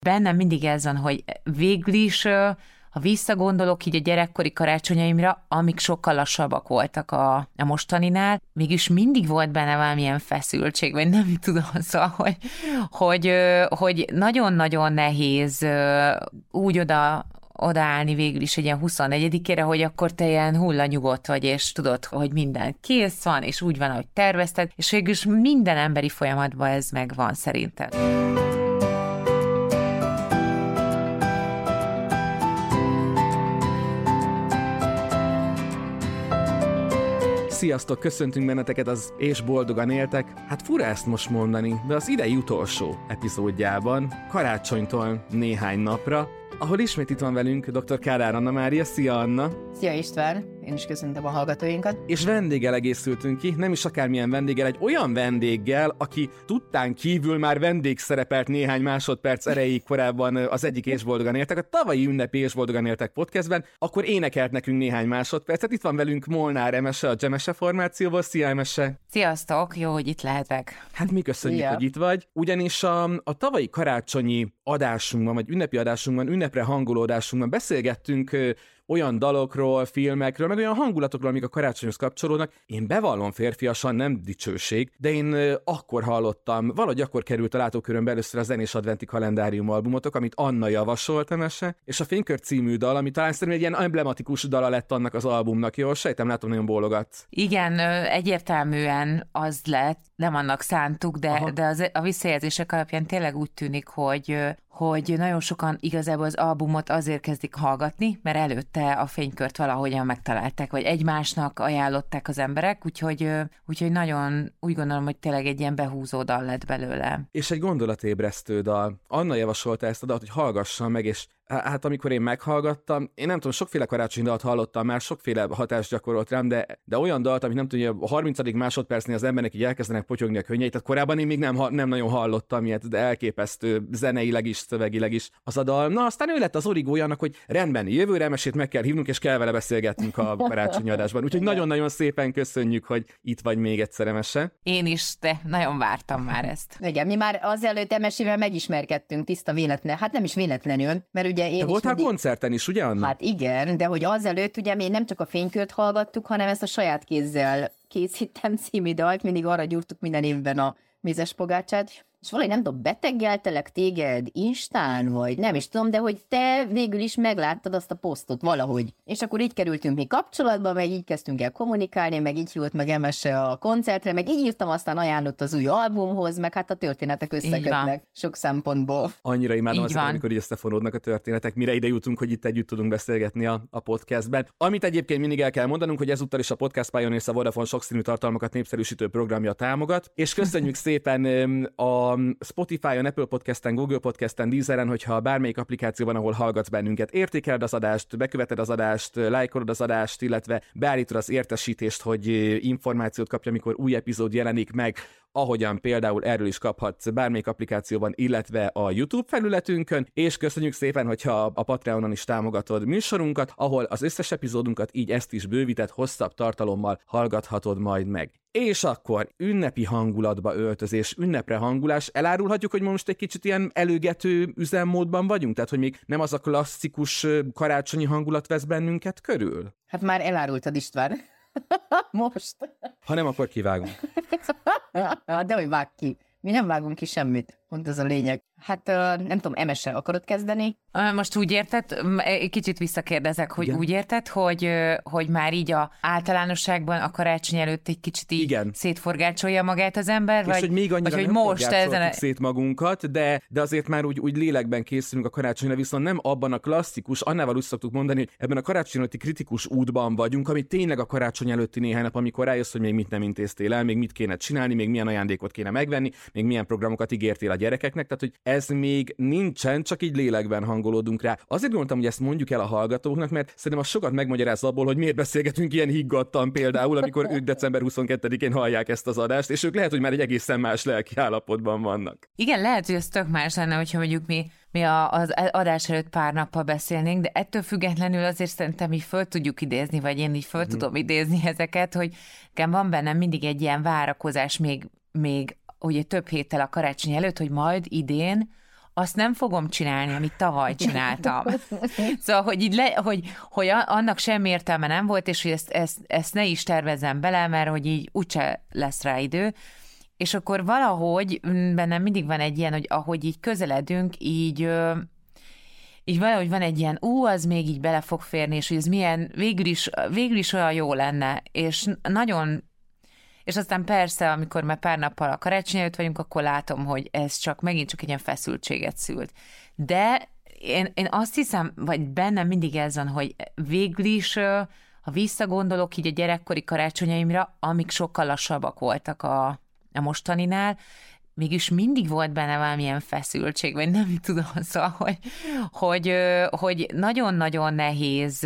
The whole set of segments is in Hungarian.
bennem mindig ez van, hogy végül is, ha visszagondolok így a gyerekkori karácsonyaimra, amik sokkal lassabbak voltak a mostaninál, mégis mindig volt benne valamilyen feszültség, vagy nem tudom, szóval, hogy nagyon-nagyon nehéz úgy odaállni végül is egy ilyen 24-ére, hogy akkor te ilyen hullanyugodt vagy, és tudod, hogy minden kész van, és úgy van, ahogy tervezted, és végül is minden emberi folyamatban ez megvan szerinted. Sziasztok, köszöntünk benneteket az És boldogan éltek. Hát fura ezt most mondani, de az idei utolsó epizódjában, karácsonytól néhány napra, ahol ismét itt van velünk dr. Kádár Anna Mária. Szia, Anna! Szia István! Én is köszöntöm a hallgatóinkat. És vendéggel egészültünk ki, nem is akármilyen vendéggel, egy olyan vendéggel, aki tudtán kívül már vendégszerepelt néhány másodperc erejéig korábban az egyik És boldogan éltek, a tavalyi ünnepi És boldogan éltek podcastben, akkor énekelt nekünk néhány másodpercet. Itt van velünk Molnár Emese, a Dzsemese formációból. Szia, Emese! Sziasztok! Jó, hogy itt lehetek. Hát mi köszönjük, hogy itt vagy. Ugyanis a tavalyi karácsonyi adásunkban, vagy ünnepi adásunkban, ünnepre hangoló adásunkban beszélgettünk olyan dalokról, filmekről, meg olyan hangulatokról, amik a karácsonyhoz kapcsolódnak. Én bevallom férfiasan, nem dicsőség, de én akkor hallottam, valahogy akkor került a látókörömbe először a Zenés Adventi Kalendárium albumotok, amit Anna javasolt, Emese, és a Fénykör című dal, ami talán szerintem egy ilyen emblematikus dala lett annak az albumnak. Jól sejtem, látom, nagyon bólogatsz. Igen, egyértelműen az lett, nem annak szántuk, de a visszajelzések alapján tényleg úgy tűnik, hogy nagyon sokan igazából az albumot azért kezdik hallgatni, mert előtte a Fénykört valahogyan megtalálták, vagy egymásnak ajánlották az emberek, úgyhogy nagyon úgy gondolom, hogy tényleg egy ilyen behúzó dal lett belőle. És egy gondolatébresztő dal. Anna javasolta ezt a dalt, hogy hallgassam meg, és hát amikor én meghallgattam, én nem tudom, sokféle karácsonyi dalt hallottam már, sokféle hatást gyakorolt rám, de olyan dalt, amit nem tudom, a 30. másodpercnél az embernek így elkezdenek potyogni a könnyeit, tehát korábban én még nem nagyon hallottam ilyet, de elképesztő zeneileg is, szövegileg is az a dal. Na, aztán ő lett az origója annak, hogy rendben, jövőre Emesét meg kell hívnunk, és kell vele beszélgetnünk a karácsonyi adásban. Úgyhogy nagyon-nagyon szépen köszönjük, hogy itt vagy még egyszer, Emese. Én is, de nagyon vártam már ezt. Igen, mi már azelőtt Emesével megismerkedtünk, tiszta véletlen, hát nem is véletlenül, mert ugye én voltál koncerten is, ugye, Anna? Hát igen, de hogy azelőtt ugye mi nem csak a Fénykört hallgattuk, hanem ezt a Saját kézzel készítem című dalt, mindig arra gyúrtuk minden évben a mézes pogácsát, és valahogy nem tudom, beteggeltelek téged Instán, vagy nem is tudom, de hogy te végül is megláttad azt a posztot valahogy. És akkor így kerültünk mi kapcsolatba, meg így kezdtünk el kommunikálni, meg így hívott meg Emese a koncertre, meg így írtam, aztán ajánlott az új albumhoz, meg hát a történetek összekötnek sok szempontból. Annyira imádom azt, amikor így összefonódnak a történetek, mire ide jutunk, hogy itt együtt tudunk beszélgetni a podcastben. Amit egyébként mindig el kell mondanunk, hogy ezúttal is a Podcast Pioneers a Vodafone sokszínű tartalmakat népszerűsítő programja támogat, és köszönjük szépen a Spotify-on, Apple Podcasten, Google Podcasten, Deezeren, hogyha bármelyik applikációban, ahol hallgatsz bennünket, értékeled az adást, beköveted az adást, lájkolod az adást, illetve beállítod az értesítést, hogy információt kapja, amikor új epizód jelenik meg, ahogyan például erről is kaphatsz bármelyik applikációban, illetve a YouTube felületünkön, és köszönjük szépen, hogyha a Patreonon is támogatod műsorunkat, ahol az összes epizódunkat, így ezt is bővített, hosszabb tartalommal hallgathatod majd meg. És akkor ünnepi hangulatba öltözés, ünnepre hangulás. Elárulhatjuk, hogy most egy kicsit ilyen előgető üzemmódban vagyunk? Tehát, hogy még nem az a klasszikus karácsonyi hangulat vesz bennünket körül? Hát már elárultad, István. Most. Ha nem, akkor kivágunk. De hogy vág ki. Mi nem vágunk ki semmit. Pont ez a lényeg. Hát nem tudom, Emese, akarod kezdeni? Most úgy érted, egy kicsit visszakérdezek, hogy igen. Úgy érted, hogy már így a általánosságban a karácsony előtt egy kicsit így igen. Szétforgácsolja magát az ember? És vagy, hogy még annyira vagy, nem hogy most ezen szét magunkat, de azért már úgy lélekben készülünk a karácsonyra, viszont nem abban a klasszikus, annával úgy szoktuk mondani, hogy ebben a karácsony előtti kritikus útban vagyunk, ami tényleg a karácsony előtti néhány nap, amikor rájössz, hogy még mit nem intéztél el, még mit kéne csinálni, még milyen ajándékot kéne megvenni, még milyen programokat ígértél a gyerekeknek, tehát hogy ez még nincsen, csak így lélekben hangolódunk rá. Azért gondoltam, hogy ezt mondjuk el a hallgatóknak, mert szerintem az sokat megmagyaráz abból, hogy miért beszélgetünk ilyen higgadtan például, amikor ők december 22-én hallják ezt az adást, és ők lehet, hogy már egy egészen más lelki állapotban vannak. Igen, lehet, hogy ez tök más lenne, hogyha mondjuk mi az adás előtt pár nappal beszélnénk, de ettől függetlenül azért szerintem így föl tudjuk idézni, vagy én így föl tudom idézni ezeket, hogy van bennem mindig egy ilyen várakozás még ugye több héttel a karácsony előtt, hogy majd idén azt nem fogom csinálni, amit tavaly csináltam. Szóval, hogy, így hogy annak semmi értelme nem volt, és hogy ezt ne is tervezzem bele, mert hogy így úgyse lesz rá idő. És akkor valahogy bennem mindig van egy ilyen, hogy ahogy így közeledünk, így valahogy van egy ilyen, az még így bele fog férni, és hogy ez milyen, végül is olyan jó lenne, és nagyon, és aztán persze, amikor már pár nappal a karácsony előtt vagyunk, akkor látom, hogy ez megint csak egy ilyen feszültséget szült. De én azt hiszem, vagy bennem mindig ez van, hogy végül is, ha visszagondolok így a gyerekkori karácsonyaimra, amik sokkal lassabbak voltak a mostaninál, mégis mindig volt benne valamilyen feszültség, vagy nem tudom, szóval, hogy nagyon-nagyon nehéz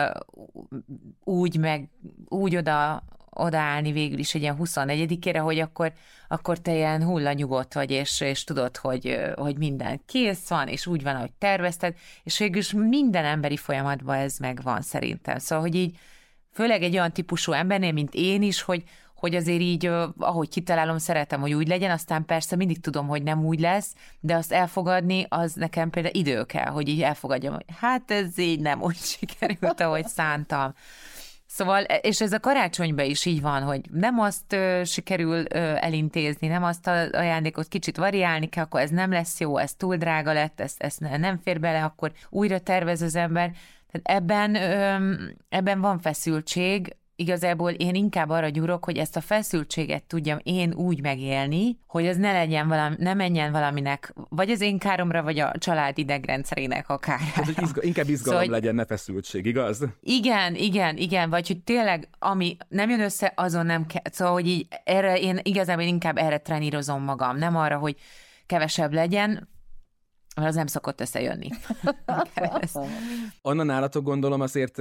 úgy odaállni végül is egy ilyen 24-ére, hogy akkor te ilyen hullanyugodt vagy, és tudod, hogy minden kész van, és úgy van, ahogy tervezted, és végül is minden emberi folyamatban ez megvan szerintem. Szóval, hogy így főleg egy olyan típusú embernél, mint én is, hogy azért így, ahogy kitalálom, szeretem, hogy úgy legyen, aztán persze mindig tudom, hogy nem úgy lesz, de azt elfogadni, az nekem például idő kell, hogy így elfogadjam, hogy hát ez így nem úgy sikerült, ahogy szántam. Szóval, és ez a karácsonyban is így van, hogy nem azt sikerül elintézni, nem azt az ajándékot kicsit variálni kell, akkor ez nem lesz jó, ez túl drága lett, ez nem fér bele, akkor újra tervez az ember. Tehát ebben van feszültség. Igazából én inkább arra gyúrok, hogy ezt a feszültséget tudjam én úgy megélni, hogy ez ne menjen valaminek, vagy az én káromra, vagy a család idegrendszerének a kárára. Inkább izgalom legyen, ne feszültség, igaz? Igen, vagy hogy tényleg, ami nem jön össze, azon nem kell. Szóval, hogy így én igazából inkább erre trenírozom magam, nem arra, hogy kevesebb legyen, mert az nem szokott összejönni. Anna, nálatok gondolom azért,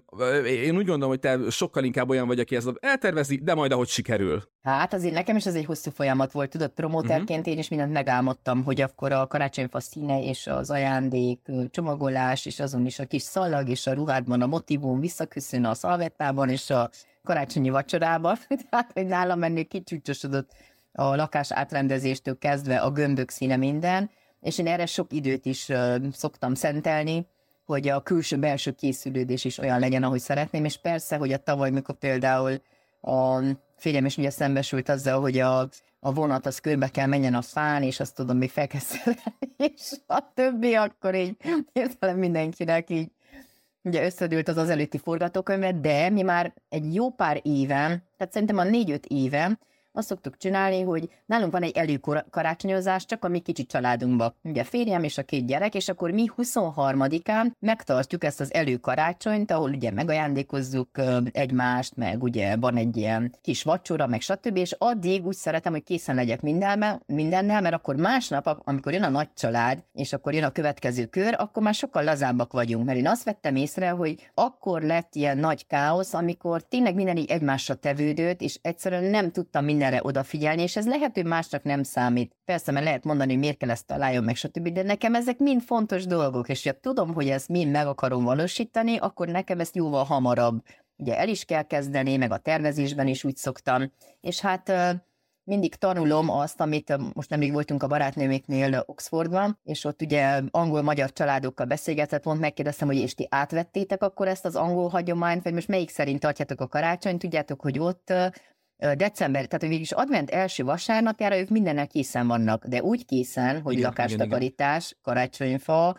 én úgy gondolom, hogy te sokkal inkább olyan vagy, aki ezt eltervezi, de majd ahogy sikerül. Hát azért nekem is ez egy hosszú folyamat volt, tudod, promóterként én is mindent megálmodtam, hogy akkor a karácsonyfa színe és az ajándék csomagolás, és azon is a kis szalag, és a ruhádban a motívum visszaköszön a szalvettában, és a karácsonyi vacsorában. Tehát, hogy nálam ennél kicsúcsosodott a lakás átrendezéstől kezdve a gömbök színe minden, és én erre sok időt is szoktam szentelni, hogy a külső-belső készülődés is olyan legyen, ahogy szeretném, és persze, hogy a tavaly, mikor például a férjem is ugye szembesült azzal, hogy a vonat az körbe kell menjen a fán, és azt tudom, még fel kell szerelni, és a többi, akkor így értelem mindenkinek így ugye összedült az előtti forgatókönyvet, de mi már egy jó pár éven, tehát szerintem a 4-5 éve, azt szoktuk csinálni, hogy nálunk van egy előkarácsonyozás, csak a mi kicsi családunkban. Ugye férjem és a 2 gyerek, és akkor mi 23-án megtartjuk ezt az előkarácsonyt, ahol ugye megajándékozzuk egymást, meg ugye van egy ilyen kis vacsora, meg stb. És addig úgy szeretem, hogy készen legyek mindennel, mert akkor másnap, amikor jön a nagy család, és akkor jön a következő kör, akkor már sokkal lazábbak vagyunk. Mert én azt vettem észre, hogy akkor lett ilyen nagy káosz, amikor tényleg minden így egymásra tevődött, és egyszerűen nem tudtam mindenre odafigyelni, és ez lehet, hogy másnak nem számít. Persze, mert lehet mondani, hogy miért kell ezt találjon meg, stb., de nekem ezek mind fontos dolgok, és ha tudom, hogy ezt mind meg akarom valósítani, akkor nekem ezt jóval hamarabb ugye el is kell kezdeni, meg a tervezésben is úgy szoktam, és hát mindig tanulom azt, amit most nemrég voltunk a barátnőméknél Oxfordban, és ott ugye angol-magyar családokkal beszélgetett, pont megkérdeztem, hogy és ti átvettétek akkor ezt az angol hagyományt, vagy most melyik szerint tartjátok a karácsonyt, tudjátok, hogy ott december, tehát végülis advent első vasárnapjára ők mindennel készen vannak, de úgy készen, hogy lakástakarítás, karácsonyfa,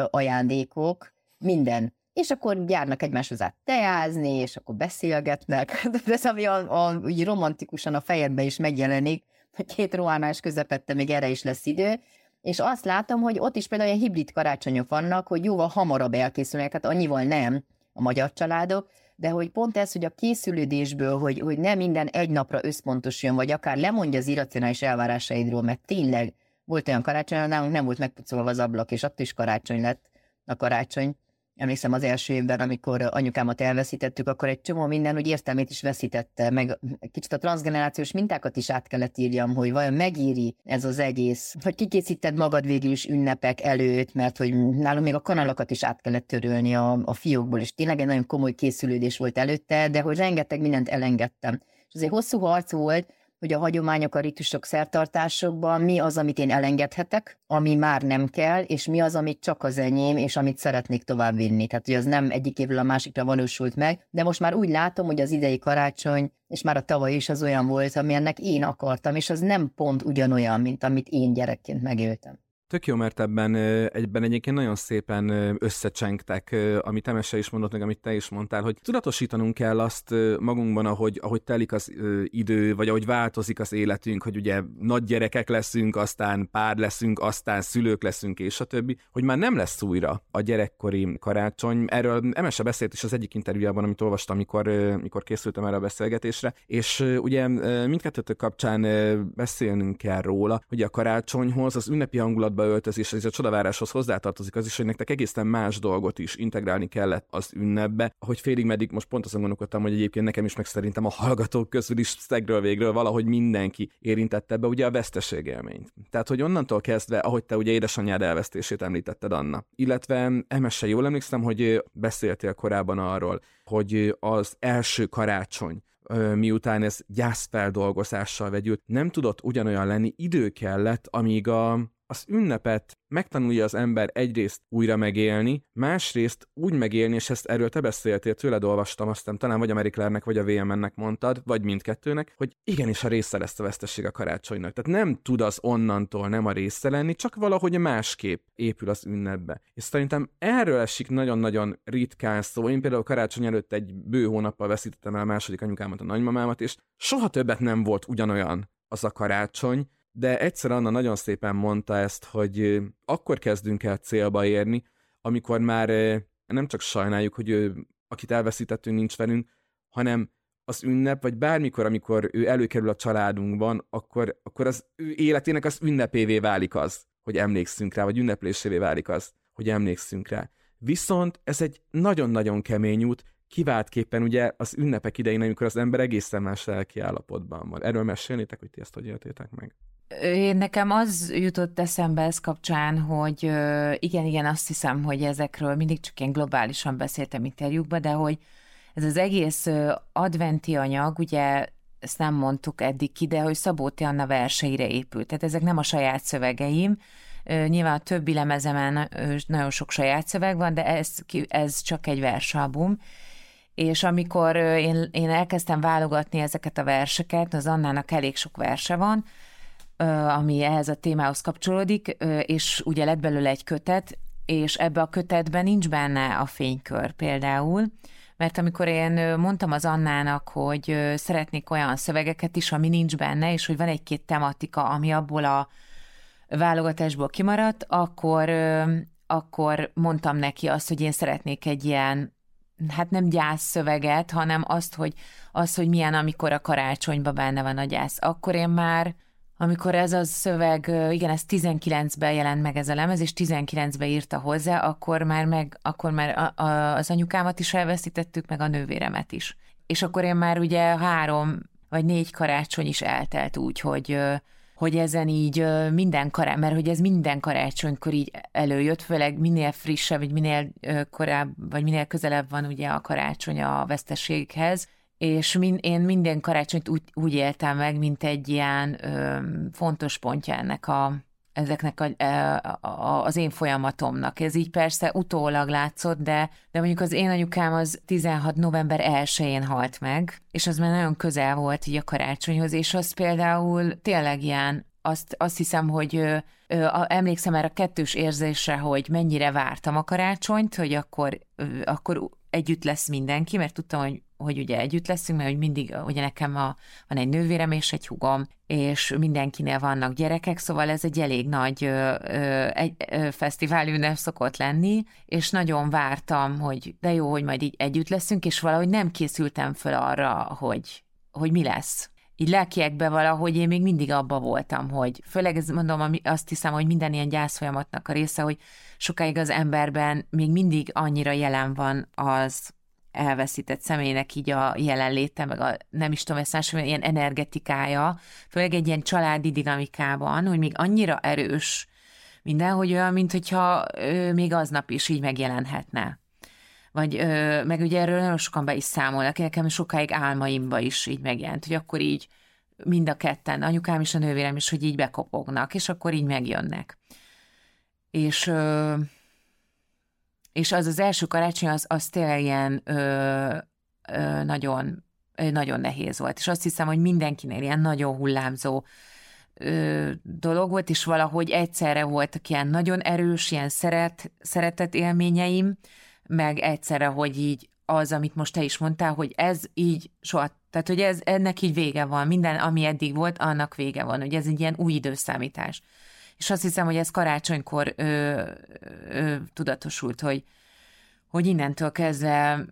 ajándékok, minden. És akkor járnak egymáshoz át teázni, és akkor beszélgetnek. De ez ami úgy romantikusan a fejedben is megjelenik, hogy 2 rohanás közepette még erre is lesz idő, és azt látom, hogy ott is például ilyen hibrid karácsonyok vannak, hogy jóval hamarabb elkészülnek, tehát annyival nem a magyar családok, de hogy pont ez, hogy a készülődésből, hogy nem minden egy napra összpontosuljon, vagy akár lemondja az irracionális elvárásaidról, mert tényleg volt olyan karácsony, nálunk nem volt megpucolva az ablak, és attól is karácsony lett a karácsony. Emlékszem az első évben, amikor anyukámat elveszítettük, akkor egy csomó minden, hogy értelmét is veszítette, meg kicsit a transzgenerációs mintákat is át kellett írjam, hogy vajon megéri ez az egész, hogy kikészíted magad végül is ünnepek előtt, mert hogy nálunk még a kanalakat is át kellett törölni a fiókból, és tényleg egy nagyon komoly készülődés volt előtte, de hogy rengeteg mindent elengedtem. És azért hosszú harc volt, hogy a hagyományok, a ritusok, szertartásokban mi az, amit én elengedhetek, ami már nem kell, és mi az, amit csak az enyém, és amit szeretnék továbbvinni. Tehát, hogy az nem egyik évről a másikra valósult meg, de most már úgy látom, hogy az idei karácsony, és már a tavaly is az olyan volt, ami ennek én akartam, és az nem pont ugyanolyan, mint amit én gyerekként megéltem. Tök jó, mert ebben egyébként nagyon szépen összecsengtek, amit Emese is mondott, meg amit te is mondtál, hogy tudatosítanunk kell azt magunkban, ahogy telik az idő, vagy ahogy változik az életünk, hogy ugye nagy gyerekek leszünk, aztán pár leszünk, aztán szülők leszünk, és a többi, hogy már nem lesz újra a gyerekkori karácsony. Erről Emese beszélt is az egyik interjújában, amit olvastam, mikor készültem erre a beszélgetésre, és ugye mindkettőtök kapcsán beszélnünk kell róla, hogy a karácsonyhoz, az ünnepi hangulatba öltözés, ez a csodaváráshoz hozzátartozik az is, hogy nektek egészen más dolgot is integrálni kellett az ünnepbe. Ahogy félig meddig most pont azon gondolkodtam, hogy egyébként nekem is, meg szerintem a hallgatók közül is szegről végről valahogy mindenki érintette be ugye a veszteségélményt. Tehát, hogy onnantól kezdve, ahogy te ugye édesanyád elvesztését említetted, Anna, illetve Emese, jól emlékszem, hogy beszéltél korábban arról, hogy az első karácsony, miután ez gyászfeldolgozással vegyült, nem tudott ugyanolyan lenni, idő kellett, amíg az ünnepet megtanulja az ember egyrészt újra megélni, másrészt úgy megélni, és erről te beszéltél, tőled olvastam, aztán talán vagy a Marie Claire-nek, vagy a VMN-nek mondtad, vagy mindkettőnek, hogy igenis a része lesz a vesztesség a karácsonynak. Tehát nem tud az onnantól nem a része lenni, csak valahogy másképp épül az ünnepbe. És szerintem erről esik nagyon-nagyon ritkán szó. Én például karácsony előtt egy bő hónappal veszítettem el a második anyukámat, a nagymamámat, és soha többet nem volt ugyanolyan az a karácsony, de egyszer Anna nagyon szépen mondta ezt, hogy akkor kezdünk el célba érni, amikor már nem csak sajnáljuk, hogy akit elveszítettünk, nincs velünk, hanem az ünnep, vagy bármikor, amikor ő előkerül a családunkban, akkor az ő életének az ünnepévé válik az, hogy emlékszünk rá, vagy ünneplésévé válik az, hogy emlékszünk rá. Viszont ez egy nagyon-nagyon kemény út, kiváltképpen ugye az ünnepek idején, amikor az ember egészen más lelki állapotban van. Erről mesélnétek, hogy ti ezt hogy éltétek meg? Nekem az jutott eszembe ez kapcsán, hogy igen, azt hiszem, hogy ezekről mindig csak ilyen globálisan beszéltem interjúkban, de hogy ez az egész adventi anyag, ugye ezt nem mondtuk eddig ki, de hogy Szabó T. Anna verseire épült. Tehát ezek nem a saját szövegeim. Nyilván a többi lemezemen nagyon sok saját szöveg van, de ez csak egy versalbum. És amikor én elkezdtem válogatni ezeket a verseket, az Annának elég sok verse van, ami ehhez a témához kapcsolódik, és ugye lett belőle egy kötet, és ebbe a kötetben nincs benne a fénykör például, mert amikor én mondtam az Annának, hogy szeretnék olyan szövegeket is, ami nincs benne, és hogy van egy-két tematika, ami abból a válogatásból kimaradt, akkor mondtam neki azt, hogy én szeretnék egy ilyen, hát nem gyász szöveget, hanem azt, hogy milyen, amikor a karácsonyban benne van a gyász. Akkor én már, amikor ez a szöveg, igen, ez 19-ben jelent meg ez a lemez, és 19-ben írta hozzá, akkor már az anyukámat is elveszítettük, meg a nővéremet is. És akkor én már ugye 3 vagy 4 karácsony is eltelt úgy, hogy ezen így mert hogy ez minden karácsonykor így előjött, főleg minél frissebb, vagy minél korább, vagy minél közelebb van ugye a karácsony a veszteséghez, és én minden karácsonyt úgy éltem meg, mint egy ilyen fontos pontja ezeknek az én folyamatomnak. Ez így persze utólag látszott, de mondjuk az én anyukám az 16. november 1-én halt meg, és az már nagyon közel volt így a karácsonyhoz, és az például tényleg ilyen, azt hiszem, hogy emlékszem erre a kettős érzésre, hogy mennyire vártam a karácsonyt, hogy akkor együtt lesz mindenki, mert tudtam, hogy ugye együtt leszünk, mert hogy mindig, ugye nekem van egy nővérem és egy húgom, és mindenkinél vannak gyerekek, szóval ez egy elég nagy fesztivál ünnep szokott lenni, és nagyon vártam, hogy de jó, hogy majd így együtt leszünk, és valahogy nem készültem föl arra, hogy mi lesz. Így lelkiekben valahogy én még mindig abba voltam, hogy főleg ez, mondom, azt hiszem, hogy minden ilyen gyászfolyamatnak a része, hogy sokáig az emberben még mindig annyira jelen van az elveszített személynek így a jelenléte, meg nem is tudom, ezt ilyen energetikája, főleg egy ilyen családi dinamikában, hogy még annyira erős minden, hogy olyan, mint hogyha még aznap is így megjelenhetne. Vagy meg ugye erről nagyon sokan be is számolnak, nekem sokáig álmaimba is így megjelent, hogy akkor így mind a ketten, anyukám és a nővérem is, hogy így bekopognak, és akkor így megjönnek. És az első karácsony, az tényleg ilyen nagyon, nagyon nehéz volt. És azt hiszem, hogy mindenkinél ilyen nagyon hullámzó dolog volt, és valahogy egyszerre voltak ilyen nagyon erős, ilyen szeretet élményeim, meg egyszerre, hogy így az, amit most te is mondtál, hogy ez így soha, tehát hogy ennek így vége van, minden, ami eddig volt, annak vége van, hogy ez egy ilyen új időszámítás. És azt hiszem, hogy ez karácsonykor tudatosult, hogy innentől kezdve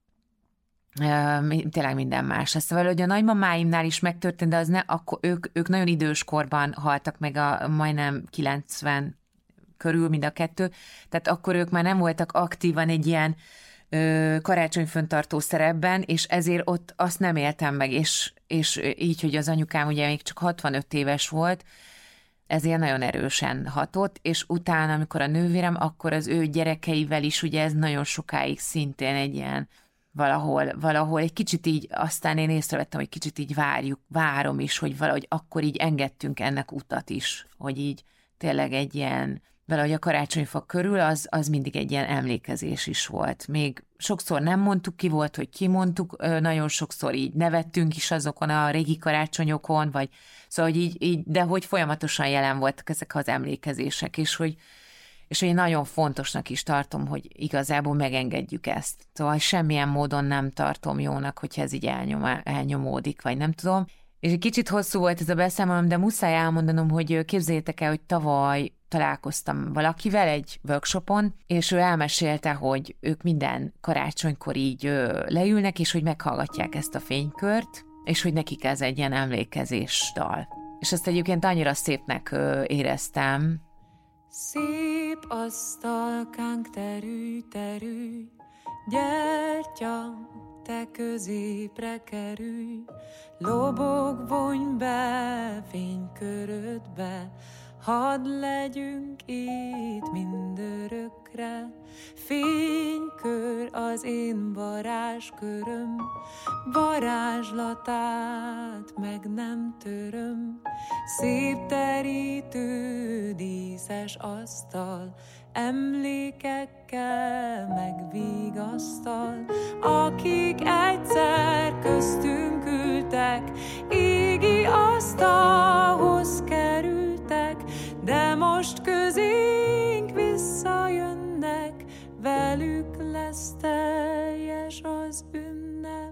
tényleg minden más. Ezt valahogy a nagymamáimnál is megtörtént, de az akkor ők nagyon időskorban haltak meg, majdnem 90 körül mind a kettő, tehát akkor ők már nem voltak aktívan egy ilyen karácsonyföntartó szerepben, és ezért ott azt nem éltem meg, és így, hogy az anyukám ugye még csak 65 éves volt, ezért nagyon erősen hatott, és utána, amikor a nővérem, akkor az ő gyerekeivel is, ugye ez nagyon sokáig szintén egy ilyen valahol egy kicsit így, aztán én észrevettem, hogy kicsit így várom is, hogy valahogy akkor így engedtünk ennek utat is, hogy így tényleg egy ilyen, valahogy a karácsonyfa körül az mindig egy ilyen emlékezés is volt. Még sokszor nem mondtuk ki, volt, hogy kimondtuk, nagyon sokszor így nevettünk is azokon a régi karácsonyokon, vagy szóval, hogy így, de hogy folyamatosan jelen voltak ezek az emlékezések, és hogy én nagyon fontosnak is tartom, hogy igazából megengedjük ezt. Szóval semmilyen módon nem tartom jónak, hogyha ez így elnyomódik, vagy nem tudom. És egy kicsit hosszú volt ez a beszámolom, de muszáj elmondanom, hogy képzeljétek el, hogy tavaly találkoztam valakivel egy workshopon, és ő elmesélte, hogy ők minden karácsonykor így leülnek, és hogy meghallgatják ezt a fénykört, és hogy nekik ez egy ilyen emlékezés dal. És ezt egyébként annyira szépnek éreztem. Szép asztalkánk terű, gyertya, te középre kerülj, lobog, vonj be fénykörödbe, hadd legyünk itt mindörökre. Fénykör az én varázsköröm, varázslatát meg nem töröm. Szép terítő, díszes asztal, emlékekkel megvigasztal. Akik egyszer köztünk ültek, égi asztalhoz kerültek, de most közénk visszajönnek, velük lesz teljes az ünnep.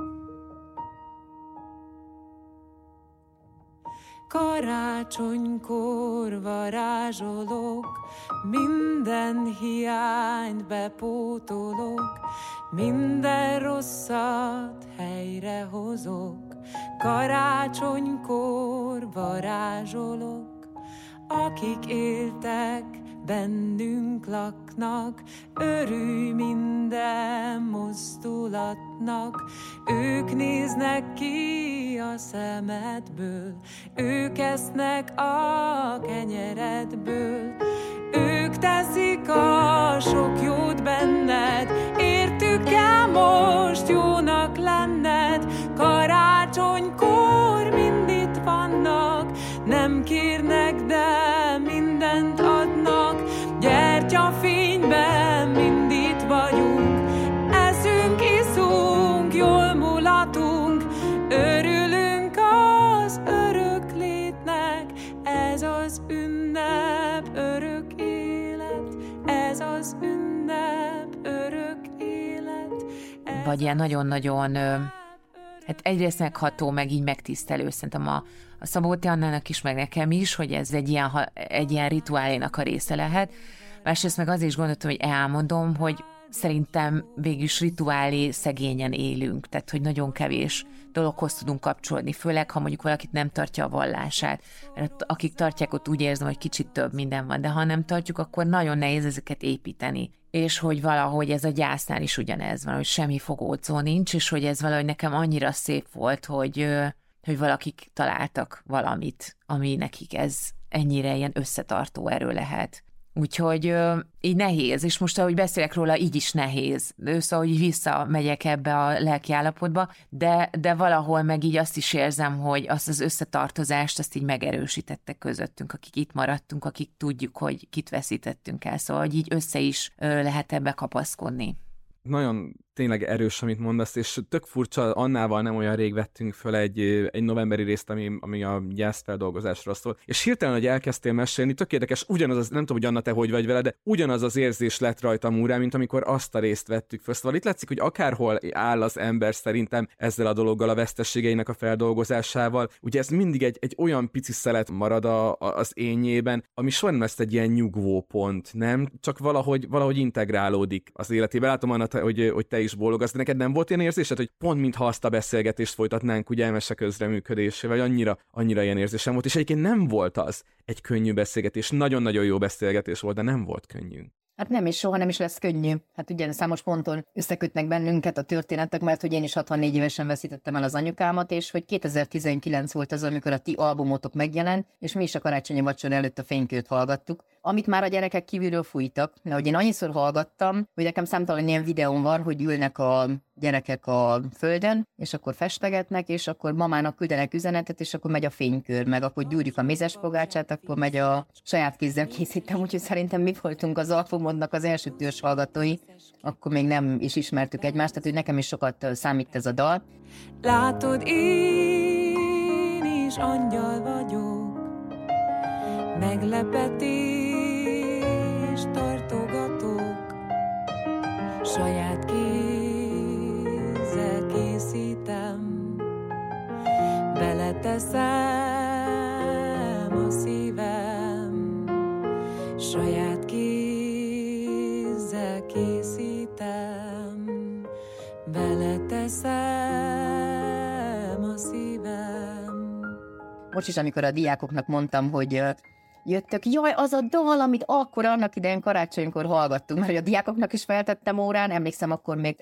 Karácsonykor varázsolok, minden hiányt bepótolok, minden rosszat helyrehozok. Karácsonykor varázsolok, akik éltek, bennünk laknak, örülj minden mozdulatnak. Ők néznek ki a szemedből, ők esznek a kenyeredből, ők teszik a sok jót benned, értük el most jónak lenned. Karácsonykor mind itt vannak, nem kérnek, de mindent adnak. Gyertyafényben mind itt vagyunk, eszünk, iszunk, jól mulatunk, örülünk az örök létnek. Ez az ünnep, örök élet, ez az ünnep, örök élet. Vagy ilyen nagyon-nagyon, hát egyrészt megható, meg így megtisztelő, szerintem a Szabóti Annának is, meg nekem is, hogy ez egy ilyen rituálénak a része lehet. Másrészt meg azért is gondoltam, hogy elmondom, hogy szerintem végülis rituálé szegényen élünk, tehát hogy nagyon kevés dologhoz tudunk kapcsolódni, főleg ha mondjuk valakit nem tartja a vallását. Mert akik tartják, ott úgy érzem, hogy kicsit több minden van, de ha nem tartjuk, akkor nagyon nehéz ezeket építeni. És hogy valahogy ez a gyásznál is ugyanez van, hogy semmi fogódzó nincs, és hogy ez valahogy nekem annyira szép volt, hogy valakik találtak valamit, ami nekik ez ennyire ilyen összetartó erő lehet. Úgyhogy így nehéz, és most, ahogy beszélek róla, így is nehéz. Szóval, hogy visszamegyek ebbe a lelkiállapotba, de valahol meg így azt is érzem, hogy azt az összetartozást, azt így megerősítettek közöttünk, akik itt maradtunk, akik tudjuk, hogy kit veszítettünk el. Szóval, hogy így össze is lehet ebbe kapaszkodni. Nagyon tényleg erős, amit mondasz, és tök furcsa, Annával nem olyan rég vettünk föl egy novemberi részt, ami a gyászfeldolgozásról szól. És hirtelen, hogy elkezdtél mesélni, tök érdekes, ugyanaz, nem tudom, hogy Anna, te hogy vagy vele, de ugyanaz az érzés lett rajtam úrá, mint amikor azt a részt vettük föl. Szóval itt látszik, hogy akárhol áll az ember szerintem ezzel a dologgal, a vesztességeinek a feldolgozásával, ugye ez mindig egy olyan pici szelet marad az énjében, ami soha nem lesz egy ilyen nyugvó pont, nem? Csak valahogy integrálódik az életébe. Látom, Anna, hogy te is bólogasz, de neked nem volt ilyen érzésed, hogy pont mintha azt a beszélgetést folytatnánk ugye mese közreműködésével, vagy annyira ilyen érzésem volt, és egyébként nem volt az egy könnyű beszélgetés, nagyon-nagyon jó beszélgetés volt, de nem volt könnyű. Hát nem, és soha nem is lesz könnyű. Hát ugye számos ponton összekötnek bennünket a történetek, mert hogy én is 64 évesen veszítettem el az anyukámat, és hogy 2019 volt az, amikor a ti albumotok megjelent, és mi is a karácsonyi vacsora előtt a Fénykőt hallgattuk, amit már a gyerekek kívülről fújtak, mert hogy én annyiszor hallgattam, hogy nekem számtalan ilyen videón van, hogy ülnek a gyerekek a földön, és akkor festegetnek, és akkor mamának küldenek üzenetet, és akkor megy a fénykör, meg akkor gyúrjuk a mézes pogácsát, akkor megy a saját kézzel készítem, úgyhogy szerintem mi voltunk az albumodnak az első törzs hallgatói, akkor még nem is ismertük egymást, tehát hogy nekem is sokat számít ez a dal. Látod, én is angyal vagyok, meglepetést tartogatok, saját kézzel készítem, beleteszem a szívem, saját kézzel készítem, beleteszem a szívem. Most is, amikor a diákoknak mondtam, hogy jöttök, jaj, az a dal, amit akkor annak idején karácsonykor hallgattunk, mert a diákoknak is feltettem órán, emlékszem, akkor még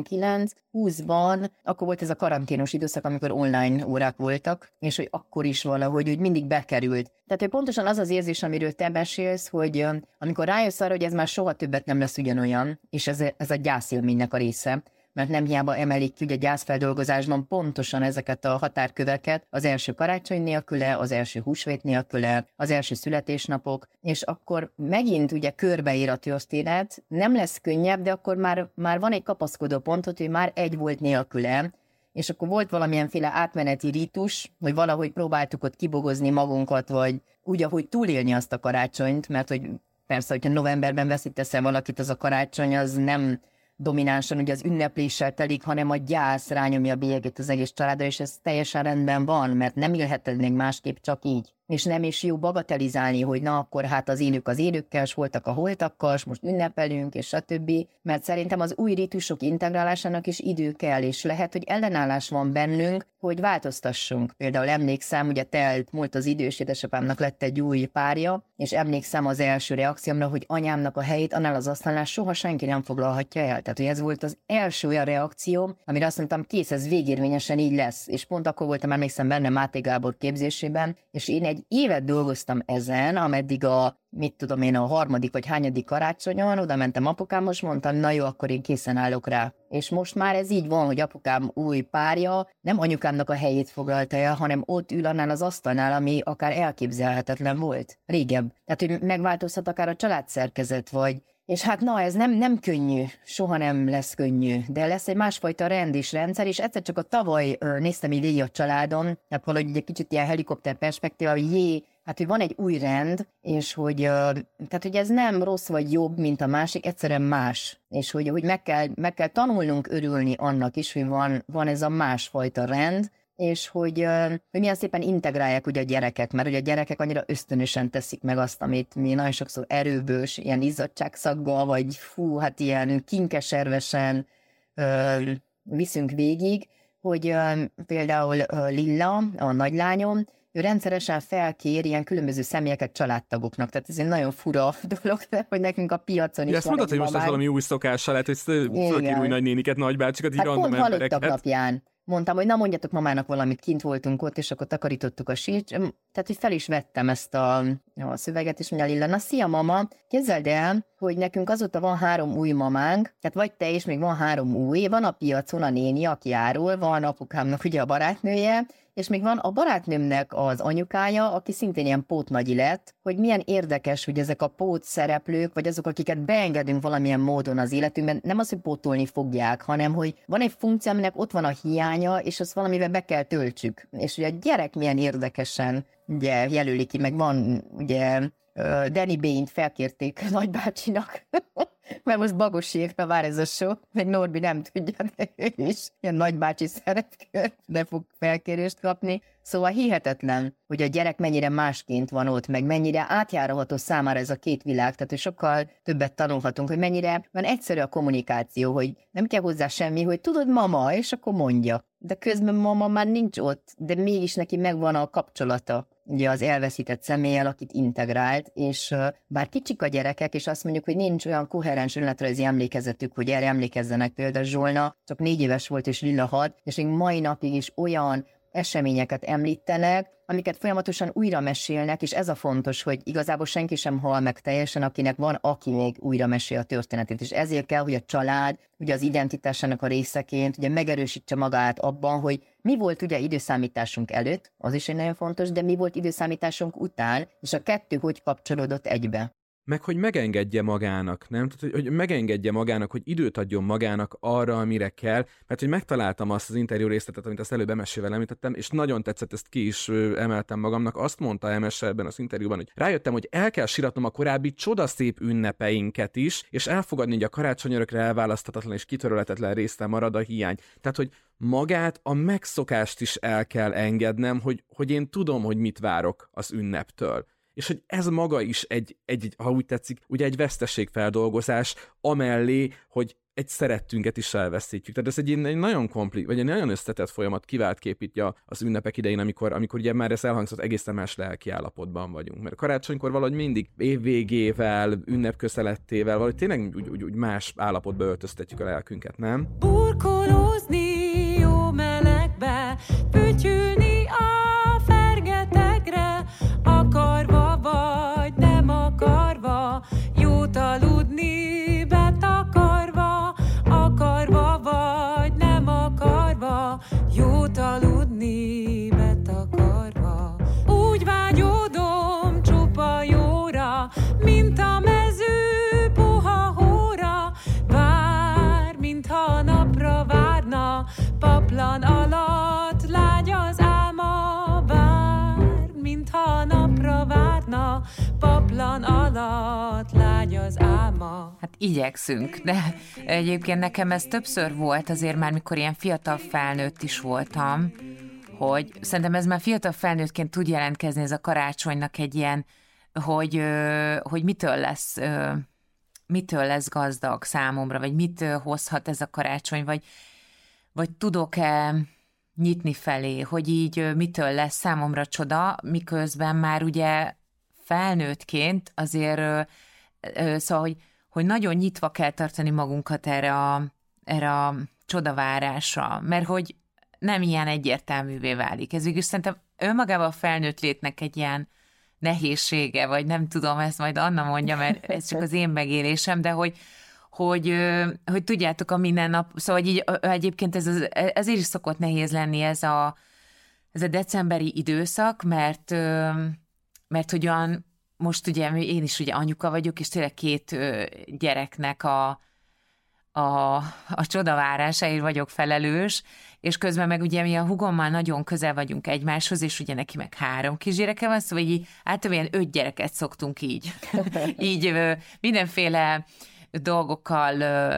19-20-ban, akkor volt ez a karanténos időszak, amikor online órák voltak, és hogy akkor is valahogy hogy mindig bekerült. Tehát, hogy pontosan az az érzés, amiről te beszélsz, hogy amikor rájössz arra, hogy ez már soha többet nem lesz ugyanolyan, és ez a gyászélménynek a része, mert nem hiába emelik ki ugye gyászfeldolgozásban pontosan ezeket a határköveket, az első karácsony nélküle, az első húsvét nélküle, az első születésnapok, és akkor megint ugye körbeír a történet, nem lesz könnyebb, de akkor már van egy kapaszkodó pontot, hogy már egy volt nélküle, és akkor volt valamilyenféle átmeneti rítus, hogy valahogy próbáltuk ott kibogozni magunkat, vagy úgy, ahogy túlélni azt a karácsonyt, mert hogy persze, hogyha novemberben veszítesz el valakit, az a karácsony, az nem dominánsan ugye az ünnepléssel telik, hanem a gyász rányomja a bélyegét az egész családra, és ez teljesen rendben van, mert nem élheted még másképp, csak így. És nem is jó bagatelizálni, hogy na akkor hát az élők az élőkkel, s voltak a holtakkal, s most ünnepelünk, és stb. Mert szerintem az új ritusok integrálásának is idő kell, és lehet, hogy ellenállás van bennünk, hogy változtassunk. Például emlékszem, ugye múlt az idő, és édesapámnak lett egy új párja, és emlékszem az első reakciómra, hogy anyámnak a helyét annál az asztalnál soha senki nem foglalhatja el. Tehát, hogy ez volt az első olyan reakció, amire azt mondtam, kész, ez végérvényesen így lesz. És pont akkor voltam, emlékszem benne Máté Gábor képzésében, és én egy évet dolgoztam ezen, ameddig a harmadik vagy hányadik karácsonyon, oda mentem apukámhoz, mondtam, na jó, akkor én készen állok rá. És most már ez így van, hogy apukám új párja nem anyukámnak a helyét foglalta el, hanem ott ül annál az asztalnál, ami akár elképzelhetetlen volt régebb. Tehát, hogy megváltozhat akár a családszerkezet, vagy és hát na, ez nem könnyű, soha nem lesz könnyű, de lesz egy másfajta rend és rendszer, és egyszer csak a tavaly néztem így végig a családon, tehát valahogy egy kicsit ilyen helikopter perspektíva, hogy hát, hogy van egy új rend, és hogy, tehát, hogy ez nem rossz vagy jobb, mint a másik, egyszerűen más. És hogy meg kell tanulnunk örülni annak is, hogy van ez a másfajta rend, és hogy milyen szépen integrálják ugye a gyereket, mert ugye a gyerekek annyira ösztönösen teszik meg azt, amit mi nagyon sokszor erőbős, ilyen izzadságszaggal, vagy hát ilyen kinkeservesen viszünk végig, hogy például Lilla, a nagylányom, ő rendszeresen felkér ilyen különböző személyeket családtagoknak. Tehát ez egy nagyon fura dolog, hogy nekünk a piacon is ezt van. Ezt mondtad, hogy most ez valami új szokással lehet, hogy fölkér új nagynéniket, nagybácsikat, így random embereket. Pont halottak napján mondtam, hogy na mondjatok mamának valamit, kint voltunk ott, és akkor takarítottuk a sírt. Tehát, hogy fel is vettem ezt a szöveget, és mondja Lilla, na szia mama, képzeld el, hogy nekünk azóta van 3 új mamánk, tehát vagy te és még van 3 új, van a piacon a néni, aki árul, van apukámnak ugye a barátnője, és még van a barátnőmnek az anyukája, aki szintén ilyen pótnagyi lett, hogy milyen érdekes, hogy ezek a pót szereplők, vagy azok, akiket beengedünk valamilyen módon az életünkben, nem az, hogy pótolni fogják, hanem hogy van egy funkció, aminek ott van a hiánya, és azt valamivel be kell töltsük. És ugye a gyerek milyen érdekesen ugye jelöli ki, meg van ugye Danny Bain-t felkérték nagybácsinak, mert most Bagosségre vár ez a show, meg Norbi nem tudja, de ő is ilyen nagybácsi szerepkör, de fog felkérést kapni. Szóval hihetetlen, hogy a gyerek mennyire másként van ott, meg mennyire átjárható számára ez a két világ, tehát hogy sokkal többet tanulhatunk, hogy mennyire van egyszerű a kommunikáció, hogy nem kell hozzá semmi, hogy tudod mama, és akkor mondja. De közben mama már nincs ott, de mégis neki megvan a kapcsolata ugye az elveszített személlyel, akit integrált, és bár kicsik a gyerekek, és azt mondjuk, hogy nincs olyan koherens önéletrajzi emlékezetük, hogy erre emlékezzenek, például Zsolna csak 4 éves volt, és Lilla 6, és még mai napig is olyan eseményeket említenek, amiket folyamatosan újra mesélnek, és ez a fontos, hogy igazából senki sem hal meg teljesen, akinek van, aki még újra mesél a történetét, és ezért kell, hogy a család ugye az identitásának a részeként ugye megerősítse magát abban, hogy mi volt ugye időszámításunk előtt, az is egy nagyon fontos, de mi volt időszámításunk után, és a kettő hogy kapcsolódott egybe. Meg hogy megengedje magának, nem? Tehát, hogy megengedje magának, hogy időt adjon magának arra, amire kell, mert hogy megtaláltam azt az interjú részletet, amit azt előbb MS-ével említettem, és nagyon tetszett, ezt ki is emeltem magamnak. Azt mondta MS ebben az interjúban, hogy rájöttem, hogy el kell siratnom a korábbi csodaszép ünnepeinket is, és elfogadni, hogy a karácsony örökre elválaszthatatlan és kitörölhetetlen részt marad a hiány. Tehát, hogy magát, a megszokást is el kell engednem, hogy én tudom, hogy mit várok az ünneptől. És hogy ez maga is egy, ha úgy tetszik, ugye egy veszteségfeldolgozás, amellé, hogy egy szerettünket is elveszítjük. Tehát ez egy nagyon vagy egy nagyon összetett folyamat, kivált kép itt az ünnepek idején, amikor ugye már ez elhangzott, egészen más lelki állapotban vagyunk. Mert karácsonykor valahogy mindig évvégével, ünnepközelettével, valahogy tényleg úgy más állapotba öltöztetjük a lelkünket, nem? Burkolózni jó melegbe, fütyülni a fergetegre, akarva vagy nem akarva, jót aludni betakarva, akarva vagy nem akarva, jót aludni betakarva. Úgy vágyódom csupa jóra, mint a mező puha hóra, vár, mintha napra várna, paplan alatt lágy az álma, vár, mintha napra várna, paplan alatt lágy az álma. Hát igyekszünk, de egyébként nekem ez többször volt azért már, mikor ilyen fiatal felnőtt is voltam, hogy szerintem ez már fiatal felnőttként tud jelentkezni ez a karácsonynak egy ilyen, hogy mitől lesz gazdag számomra, vagy mit hozhat ez a karácsony, vagy tudok-e nyitni felé, hogy így mitől lesz számomra csoda, miközben már ugye felnőttként azért, szóval, hogy nagyon nyitva kell tartani magunkat erre a csodavárásra, mert hogy nem ilyen egyértelművé válik. Ez végül szerintem önmagában a felnőtt létnek egy ilyen nehézsége, vagy nem tudom, ezt majd Anna mondja, mert ez csak az én megélésem, de hogy tudjátok a minden nap, szóval így egyébként ezért is szokott nehéz lenni ez a decemberi időszak, mert ugyan most ugye én is ugye anyuka vagyok, és tényleg 2 gyereknek a csodavárásáért vagyok felelős, és közben meg ugye mi a hugommal nagyon közel vagyunk egymáshoz, és ugye neki meg 3 kisgyereke van, szóval így általában 5 gyereket szoktunk így mindenféle dolgokkal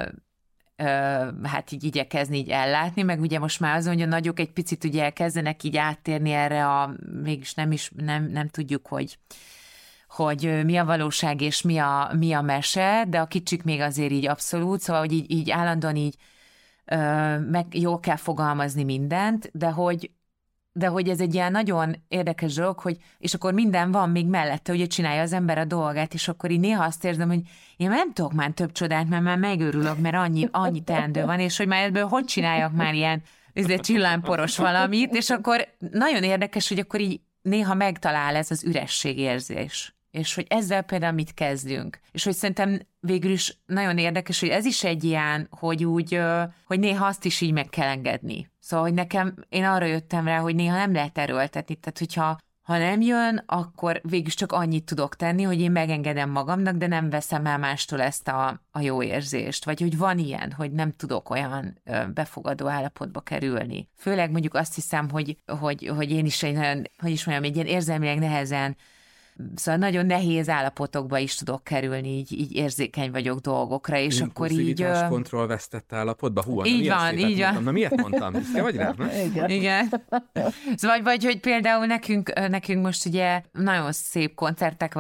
hát így igyekezni így ellátni, meg ugye most már azon, hogy a nagyok egy picit ugye elkezdenek így áttérni erre mégis nem tudjuk, hogy mi a valóság és mi a mese, de a kicsik még azért így abszolút, szóval hogy így állandóan így meg jól kell fogalmazni mindent, de hogy ez egy ilyen nagyon érdekes dolog, hogy és akkor minden van még mellette, ugye csinálja az ember a dolgát, és akkor így néha azt érzem, hogy én nem tudok már több csodát, mert már megőrülök, mert annyi teendő van, és hogy már ebből hogy csináljak már ilyen csillámporos valamit, és akkor nagyon érdekes, hogy akkor így néha megtalál ez az ürességérzés. és hogy ezzel például mit kezdünk. És hogy szerintem végül is nagyon érdekes, hogy ez is egy ilyen, hogy úgy, hogy néha azt is így meg kell engedni. Szóval, hogy nekem, én arra jöttem rá, hogy néha nem lehet erőltetni, tehát hogyha nem jön, akkor végülis csak annyit tudok tenni, hogy én megengedem magamnak, de nem veszem el mástól ezt a jó érzést. Vagy hogy van ilyen, hogy nem tudok olyan befogadó állapotba kerülni. Főleg mondjuk azt hiszem, hogy én is egy nagyon, hogy is mondjam, egy ilyen érzelmileg nehezen, szóval nagyon nehéz állapotokba is tudok kerülni, így érzékeny vagyok dolgokra, és akkor így... kontroll vesztett állapotba? Hú, így van, így van. Na miért mondtam? Te vagy rá? Igen. Szóval, vagy hogy például nekünk most ugye nagyon szép koncertek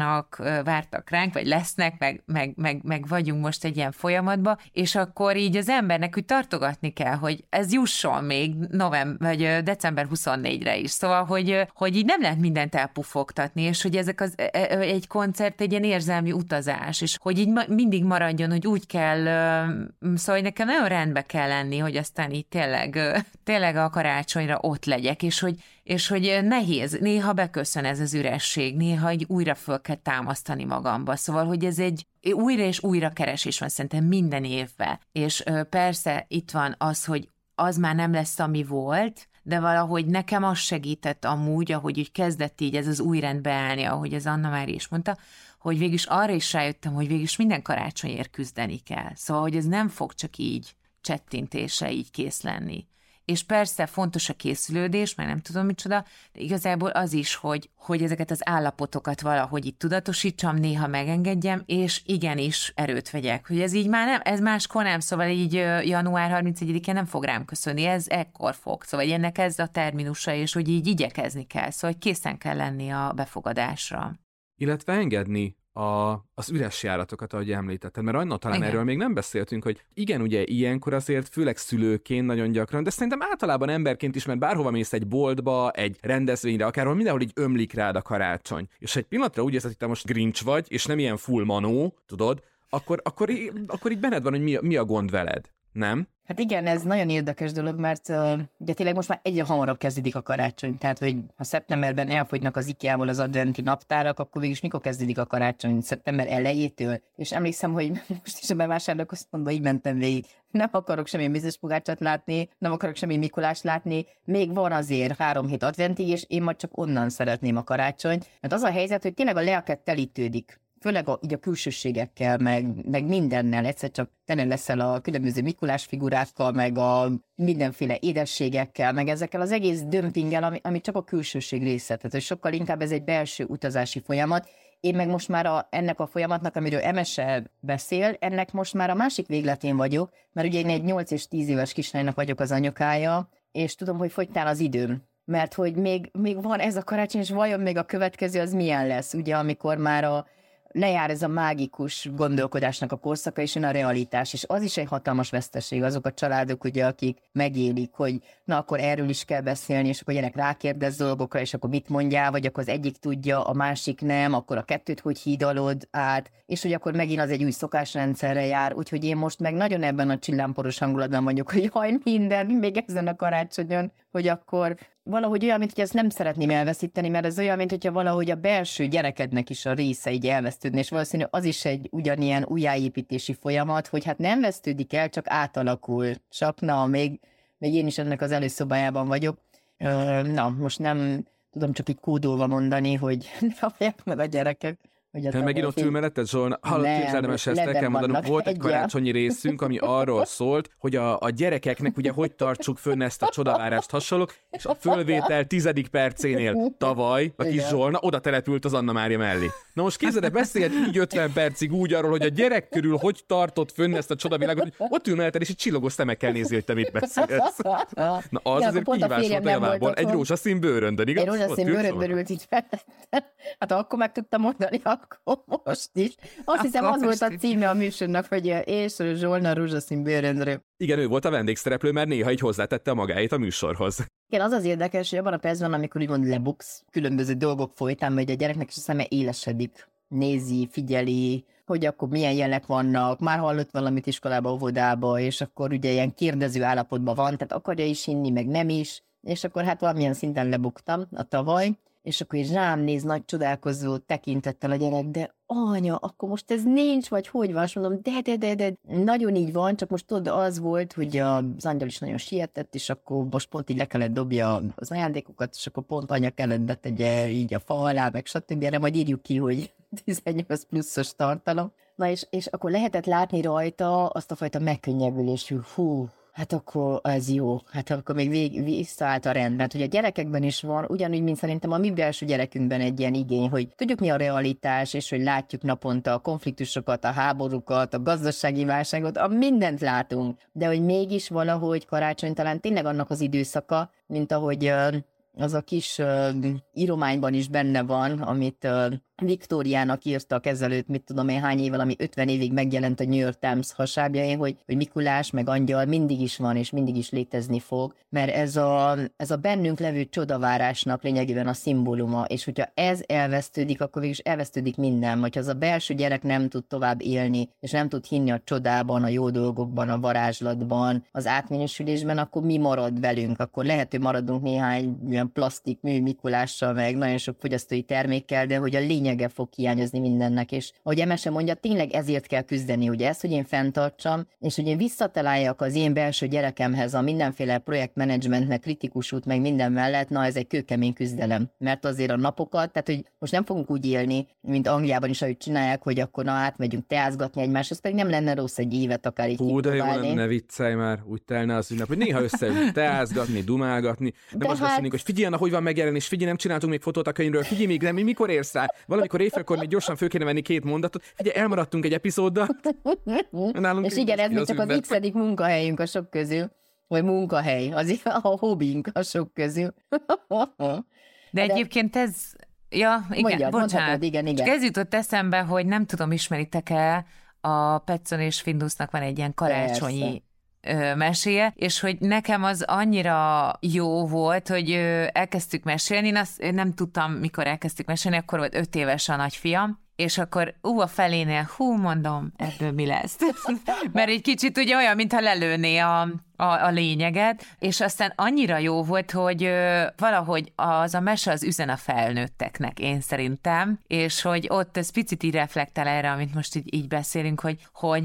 vártak ránk, vagy lesznek, meg vagyunk most egy ilyen folyamatban, és akkor így az embernek úgy tartogatni kell, hogy ez jusson még vagy december 24-re is. Szóval, hogy így nem lehet mindent elpufogtatni, és hogy ezek egy koncert egy ilyen érzelmi utazás, és hogy így mindig maradjon, hogy úgy kell, szóval hogy nekem nagyon rendbe kell lenni, hogy aztán így tényleg a karácsonyra ott legyek, és hogy nehéz, néha beköszön ez az üresség, néha így újra föl kell támasztani magamba, szóval, hogy ez egy újra és újra keresés van szerintem minden évben, és persze itt van az, hogy az már nem lesz, ami volt, de valahogy nekem az segített amúgy, ahogy úgy kezdett így ez az új rendbe állni, ahogy az Anna Mária is mondta, hogy végülis arra is rájöttem, hogy végülis minden karácsonyért küzdeni kell. Szóval, hogy ez nem fog csak így csettintésre így kész lenni. És persze fontos a készülődés, mert nem tudom micsoda, de igazából az is, hogy ezeket az állapotokat valahogy itt tudatosítsam, néha megengedjem, és igenis erőt vegyek. Hogy ez így már nem, ez máskor nem, szóval így január 31-én nem fog rám köszönni, ez ekkor fog. Szóval ennek ez a terminusa, és hogy így igyekezni kell, szóval hogy készen kell lenni a befogadásra. Illetve engedni az üres járatokat, ahogy említetted, mert annak talán erről még nem beszéltünk, hogy igen, ugye ilyenkor azért, főleg szülőként nagyon gyakran, de szerintem általában emberként is, mert bárhova mész egy boltba, egy rendezvényre, akárhol mindenhol így ömlik rád a karácsony. És egy pillanatra úgy érzed, hogy te most Grinch vagy, és nem ilyen full manó, tudod, akkor így benned van, hogy mi a gond veled, nem? Hát igen, ez nagyon érdekes dolog, mert ugye tényleg most már egyre hamarabb kezdődik a karácsony, tehát hogy ha szeptemberben elfogynak az IKEA-ból az adventi naptárak, akkor végülis mikor kezdődik a karácsony? Szeptember elejétől? És emlékszem, hogy most is a bevásárlóközpontban így mentem végig. Nem akarok semmi mézespogácsát látni, nem akarok semmi Mikulást látni, még van azért 3 hét adventig, és én majd csak onnan szeretném a karácsonyt. Mert az a helyzet, hogy tényleg a lelket telítődik. Főleg így a külsőségekkel, meg mindennel, egyszer csak tele leszel a különböző Mikulás figurákkal, meg a mindenféle édességekkel, meg ezekkel az egész dömpinggel, ami csak a külsőség része. Tehát, hogy sokkal inkább ez egy belső utazási folyamat. Én meg most már ennek a folyamatnak, amiről Emese beszél, ennek most már a másik végletén vagyok, mert ugye én egy 8 és 10 éves kislánynak vagyok az anyukája, és tudom, hogy fogytál az időm. Mert hogy még van ez a karácsony, és vajon még a következő az milyen lesz, ugye, amikor már lejár ez a mágikus gondolkodásnak a korszaka, és jön a realitás, és az is egy hatalmas veszteség, azok a családok, ugye, akik megélik, hogy na, akkor erről is kell beszélni, és akkor gyerek rákérdez dolgokra, és akkor mit mondjál, vagy akkor az egyik tudja, a másik nem, akkor a kettőt hogy hídalod át, és hogy akkor megint az egy új szokásrendszerre jár, úgyhogy én most meg nagyon ebben a csillámporos hangulatban vagyok, hogy jaj, minden, még ezen a karácsonyon, hogy akkor valahogy olyan, mint hogy ezt nem szeretném elveszíteni, mert ez olyan, mint hogyha valahogy a belső gyerekednek is a része így elvesztődne, és valószínű az is egy ugyanilyen újjáépítési folyamat, hogy hát nem vesztődik el, csak átalakul. Csak na, még én is ennek az előszobájában vagyok. Na, most nem tudom csak így kódolva mondani, hogy ne hallják meg a gyerekek. Te megint ott ül melletted, Zsolna? Hallott, képzeldemes, ezt el kell mondanom. Volt egy karácsonyi részünk, ami arról szólt, hogy a gyerekeknek ugye hogy tartsuk fönn ezt a csodavárást, hasonlók, és a fölvétel 10. percénél tavaly a kis Zsolna oda települt az Anna Mária mellé. Na most képzeld, beszéled így 50 percig úgy arról, hogy a gyerek körül hogy tartott fönn ezt a csodavilágot, hogy ott ül melletted, és így csillogos szemekkel nézi, hogy te mit beszélsz. Na az azért kihívás volt a javából. Egy rózsaszín bőröndön, igaz? Egy rózsaszín bőröndön ült így fel. Hát akkor meg tudtam mondani, akkor most is. Azt hiszem, az volt a címe a műsornak, hogy és Zsolna rózsaszín bőröndről. Igen, ő volt a vendégszereplő, mert néha így hozzátette a magáét a műsorhoz. Igen, az érdekes, hogy abban a percben, amikor úgymond lebuksz különböző dolgok folytán, hogy a gyereknek is a szeme élesedik, nézi, figyeli, hogy akkor milyen jelek vannak, már hallott valamit iskolába, óvodába, és akkor ugye ilyen kérdező állapotban van, tehát akarja is hinni, meg nem is, és akkor hát valamilyen szinten lebuktam a tavaly, és akkor így rám néz nagy csodálkozó tekintettel a gyerek, de anya, akkor most ez nincs, vagy hogy van? És mondom, de, nagyon így van, csak most tudod, az volt, hogy az angyal is nagyon sietett, és akkor most pont így le kellett dobja az ajándékokat, és akkor pont anya kellett betegye így a fa alá, meg stb. Erre majd írjuk ki, hogy 18 pluszos tartalom. Na és akkor lehetett látni rajta azt a fajta megkönnyebbülést, hogy hú, hát akkor ez jó, hát akkor még visszaállt a rend, mert hogy a gyerekekben is van, ugyanúgy, mint szerintem a mi belső gyerekünkben egy ilyen igény, hogy tudjuk mi a realitás, és hogy látjuk naponta a konfliktusokat, a háborúkat, a gazdasági válságot, mindent látunk, de hogy mégis valahogy karácsony talán tényleg annak az időszaka, mint ahogy az a kis írományban is benne van, amit Viktóriának írtak ezelőtt, mit tudom én hány évvel, ami 50 évig megjelent a New York Times hasábjain, hogy Mikulás meg angyal mindig is van, és mindig is létezni fog, mert ez a bennünk levő csodavárásnak lényegében a szimbóluma, és hogyha ez elvesztődik, akkor végülis elvesztődik minden, hogyha az a belső gyerek nem tud tovább élni, és nem tud hinni a csodában, a jó dolgokban, a varázslatban, az átminősülésben, akkor mi marad velünk? Akkor lehet, hogy maradunk néhány olyan plastik mű Mikulással, meg nagyon sok fogyasztói termékkel, de hogy a lényege fog hiányozni mindennek, és ahogy Emese mondja, tényleg ezért kell küzdeni, hogy ezt, hogy én fenntartsam, és hogy én visszataláljak az én belső gyerekemhez a mindenféle projektmenedzsmentnek, kritikus út, meg minden mellett, na ez egy kőkemény küzdelem, mert azért a napokat, tehát hogy most nem fogunk úgy élni, mint Angliában is, ahogy csinálják, hogy akkor na átmegyünk teázgatni egymáshoz, pedig nem lenne rossz egy évet akár így Hú, de jó kipróbálni. lenne, viccelj már, úgy telne az ünnep, hogy néha összeülünk teázgatni, dumálgatni, de most azt mondjuk, hogy figyelj, na, hogy van megjelenés, figyelj, nem csináltunk még fotót a könyvről, figyelj még, nem, mikor érsz rá? Valamikor éjfélkor még gyorsan föl kéne venni 2 mondatot, figyelj, elmaradtunk egy epizóddal. És igen, ez még csak az x-edik munkahelyünk a sok közül, vagy munkahely, az a hobbink a sok közül. De egyébként ez... Ja, igen, bocsánat. Igen. Csak ez jutott eszembe, hogy nem tudom, ismeritek-e, a Petson és Findusnak van egy ilyen karácsonyi meséje, és hogy nekem az annyira jó volt, hogy elkezdtük mesélni, én azt nem tudtam, mikor elkezdtük mesélni, akkor volt 5 éves a nagyfiam, és akkor a felénél, mondom, ebből mi lesz? Mert egy kicsit ugye olyan, mintha lelőné a lényeget, és aztán annyira jó volt, hogy valahogy az a mese az üzen a felnőtteknek, én szerintem, és hogy ott ez picit így reflektál erre, amit most így beszélünk, hogy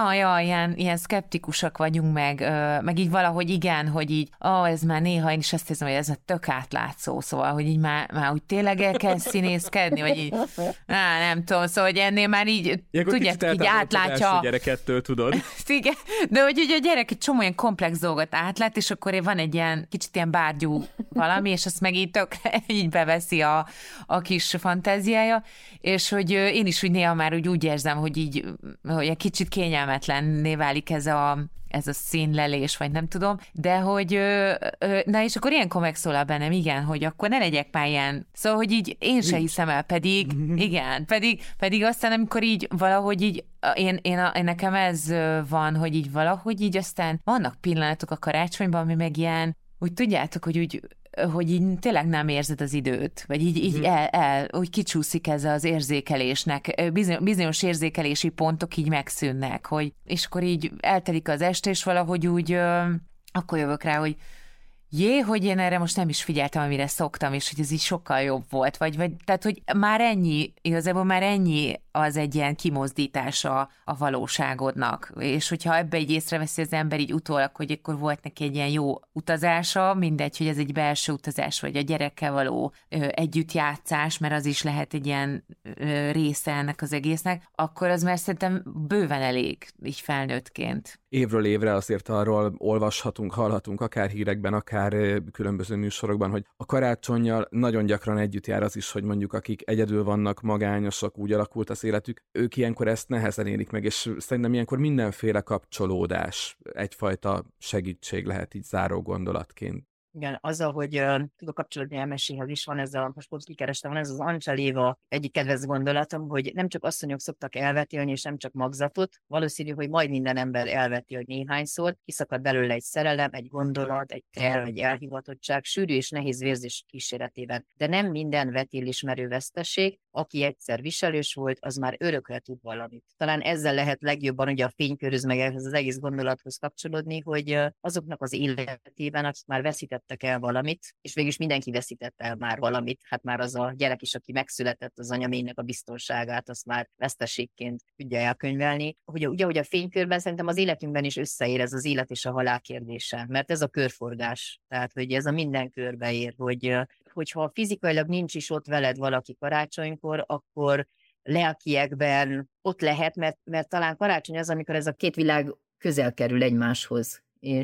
ilyen szkeptikusak vagyunk, meg így valahogy igen, hogy így, ez már néha én is azt hiszem, hogy ez a tök átlátszó, szóval, hogy így már úgy tényleg el kell színészkedni, vagy így, nem tudom, szóval, hogy ennél már így, tudjátok, így átlátja. A gyerekettől, tudod. Igen, de hogy a gyerek egy csomó ilyen komplex dolgot átlát, és akkor van egy ilyen kicsit ilyen bárgyú valami, és azt meg így így beveszi a kis fantáziája, és hogy én is úgy néha már úgy érzem, hogy így hogy egy kicsit kényelmetlenné válik ez a színlelés, vagy nem tudom, de hogy na és akkor ilyenkor megszólal bennem, igen, hogy akkor ne legyek már ilyen. Szóval, hogy így én se hiszem el, pedig igen, pedig aztán amikor így valahogy így nekem ez van, hogy így valahogy így aztán vannak pillanatok a karácsonyban, ami meg ilyen, úgy tudjátok, hogy így tényleg nem érzed az időt, vagy így úgy kicsúszik ez az érzékelésnek, bizonyos érzékelési pontok így megszűnnek, és akkor így eltelik az este, és valahogy úgy akkor jövök rá, hogy hogy én erre most nem is figyeltem, amire szoktam, és hogy ez így sokkal jobb volt, vagy tehát, hogy igazából már ennyi az egy ilyen kimozdítása a valóságodnak, és hogyha ebbe így észreveszi az ember így utólag, hogy akkor volt neki egy ilyen jó utazása, mindegy, hogy ez egy belső utazás, vagy a gyerekkel való együttjátszás, mert az is lehet egy ilyen része ennek az egésznek, akkor az már szerintem bőven elég, így felnőttként. Évről évre azért arról olvashatunk, hallhatunk, akár hírekben, akár különböző műsorokban, hogy a karácsonnyal nagyon gyakran együtt jár az is, hogy mondjuk akik egyedül vannak, magányosak, úgy alakult az életük, ők ilyenkor ezt nehezen élik meg, és szerintem ilyenkor mindenféle kapcsolódás egyfajta segítség lehet így záró gondolatként. Igen, azzal, hogy tudok kapcsolódni a meséhez is van ez most pont kikerestem, van ez az Ancsaléva egyik kedvenc gondolatom, hogy nem csak asszonyok szoktak elvetélni, és nem csak magzatot, valószínű, hogy majd minden ember elvetél néhányszor, kiszakad belőle egy szerelem, egy gondolat, egy terv, egy elhivatottság, sűrű és nehéz vérzés kíséretében. De nem minden vetélismerő veszteség, aki egyszer viselős volt, az már örökre tud valamit. Talán ezzel lehet legjobban ugye a fénykörhöz, meg ehhez az egész gondolathoz kapcsolódni, hogy azoknak az életében, akik már veszítettek el valamit, és végülis mindenki veszített el már valamit, hát már az a gyerek is, aki megszületett, az anyaménnek a biztonságát, azt már veszteségként tudja elkönyvelni. Ugye, hogy a fénykörben szerintem az életünkben is összeér ez az élet és a halál kérdése, mert ez a körforgás, tehát hogy ez a minden körbe ér, hogyha fizikailag nincs is ott veled valaki karácsonykor, akkor lelkiekben ott lehet, mert talán karácsony az, amikor ez a két világ közel kerül egymáshoz,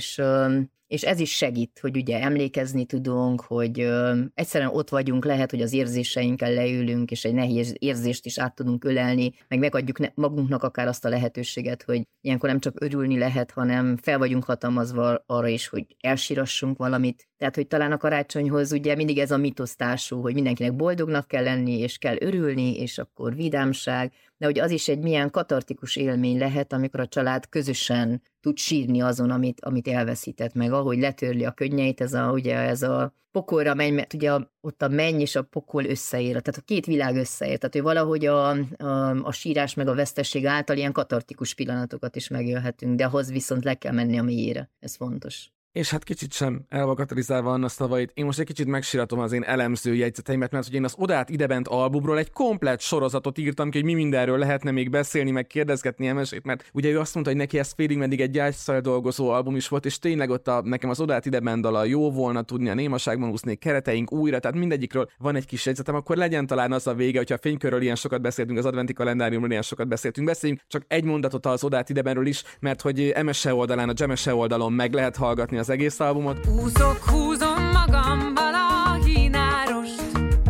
és ez is segít, hogy ugye emlékezni tudunk, hogy egyszerűen ott vagyunk, lehet, hogy az érzéseinkkel leülünk, és egy nehéz érzést is át tudunk ölelni, meg megadjuk magunknak akár azt a lehetőséget, hogy ilyenkor nem csak örülni lehet, hanem fel vagyunk hatalmazva arra is, hogy elsírassunk valamit. Tehát, hogy talán a karácsonyhoz ugye mindig ez a mitosztású, hogy mindenkinek boldognak kell lenni, és kell örülni, és akkor vidámság, de hogy az is egy milyen katartikus élmény lehet, amikor a család közösen tud sírni azon, amit elveszített meg, ahogy letörli a könnyeit, ez a pokolra megy, mert ugye ott a menny és a pokol összeér, tehát a két világ összeér, tehát hogy valahogy a sírás meg a vesztesség által ilyen katartikus pillanatokat is megélhetünk, de ahhoz viszont le kell menni a mélyére, ez fontos. És hát kicsit sem elvakatalizálva Anna szavait, én most egy kicsit megsiratom az én elemző jegyzeteimet, mert hogy én az Odát idebent albumról egy komplett sorozatot írtam ki, hogy mi mindenről lehetne még beszélni, meg kérdezgetni Emesét, mert ugye ő azt mondta, hogy neki ez félig meddig egy gyászfeldolgozó album is volt, és tényleg ott nekem az Odát idebent dala jó volna tudni, a Némaságban úszni, kereteink újra, tehát mindegyikről van egy kis jegyzetem, akkor legyen talán az a vége, hogyha a fénykörről ilyen sokat beszéltünk, az adventi kalendáriumról ilyen sokat beszéljünk csak egy mondatot az Odát idebenről is, mert hogy Emese oldalán, a Jamese oldalon meg lehet hallgatni az egész albumot. Húzom magamban a hínárost,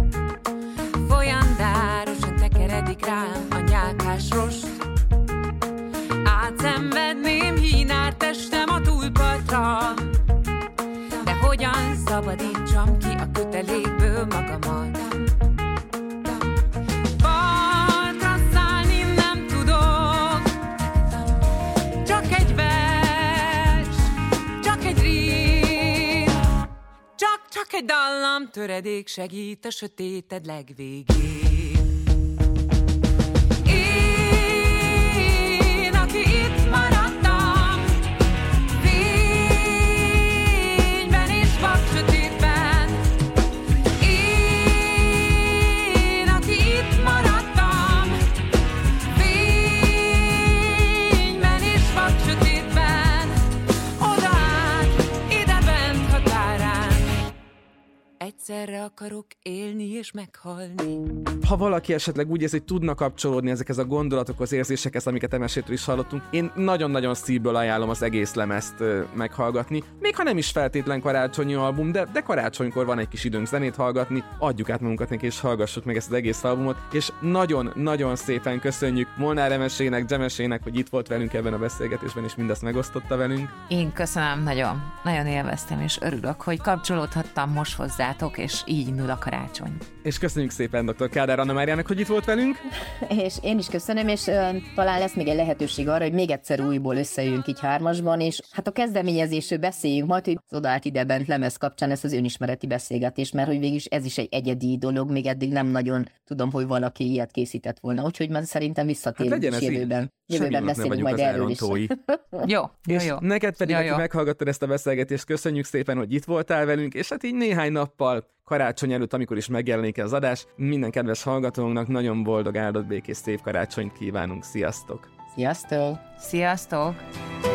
folyandárosan tekeredik rám a nyálkás rost. Átszenvedném hínár testem a túlpartra, de hogyan szabadítsam ki a kötelékből magamat? Partra szállni nem tudok, csak egy csak egy dallam töredék segít a sötéted legvégén. Én, aki itt maradtam, fényben és vaksötétben. Én, aki itt maradtam, fényben és vaksötétben. Oda át, ide bent határán. Egyszerre akarok élni és meghalni. Ha valaki esetleg úgy érzi, hogy tudna kapcsolódni ezekhez a gondolatokhoz, érzésekhez, amiket Emesétől is hallottunk, én nagyon-nagyon szívből ajánlom az egész lemezt meghallgatni. Még ha nem is feltétlen karácsonyi album, de karácsonykor van egy kis időnk zenét hallgatni, adjuk át magunkat neki és hallgassuk meg ezt az egész albumot, és nagyon-nagyon szépen köszönjük Molnár Emesének, Jamesének, hogy itt volt velünk ebben a beszélgetésben, és mindezt megosztotta velünk. Én köszönöm, nagyon élveztem, és örülök, hogy kapcsolódhattam most hozzátok, és így indul a karácsony. És köszönjük szépen dr. Kádár Anna Máriának, hogy itt volt velünk. És én is köszönöm, és talán lesz még egy lehetőség arra, hogy még egyszer újból összejöjjünk így hármasban, és hát a kezdeményezésről beszéljünk majd, hogy az Oda át ide bent lemez kapcsán ezt az önismereti beszélgetés, mert hogy végülis ez is egy egyedi dolog, még eddig nem nagyon tudom, hogy valaki ilyet készített volna, úgyhogy már szerintem visszatérünk is jövőben. Jövőben beszélünk majd erről is. Jó. Neked pedig, aki meghallgattad ezt a beszélgetést, köszönjük szépen, hogy itt voltál velünk, és hát így néhány nappal karácsony előtt, amikor is megjelenik az adás, minden kedves hallgatónknak nagyon boldog, áldott, békés, szép karácsonyt kívánunk. Sziasztok! Sziasztok! Sziasztok!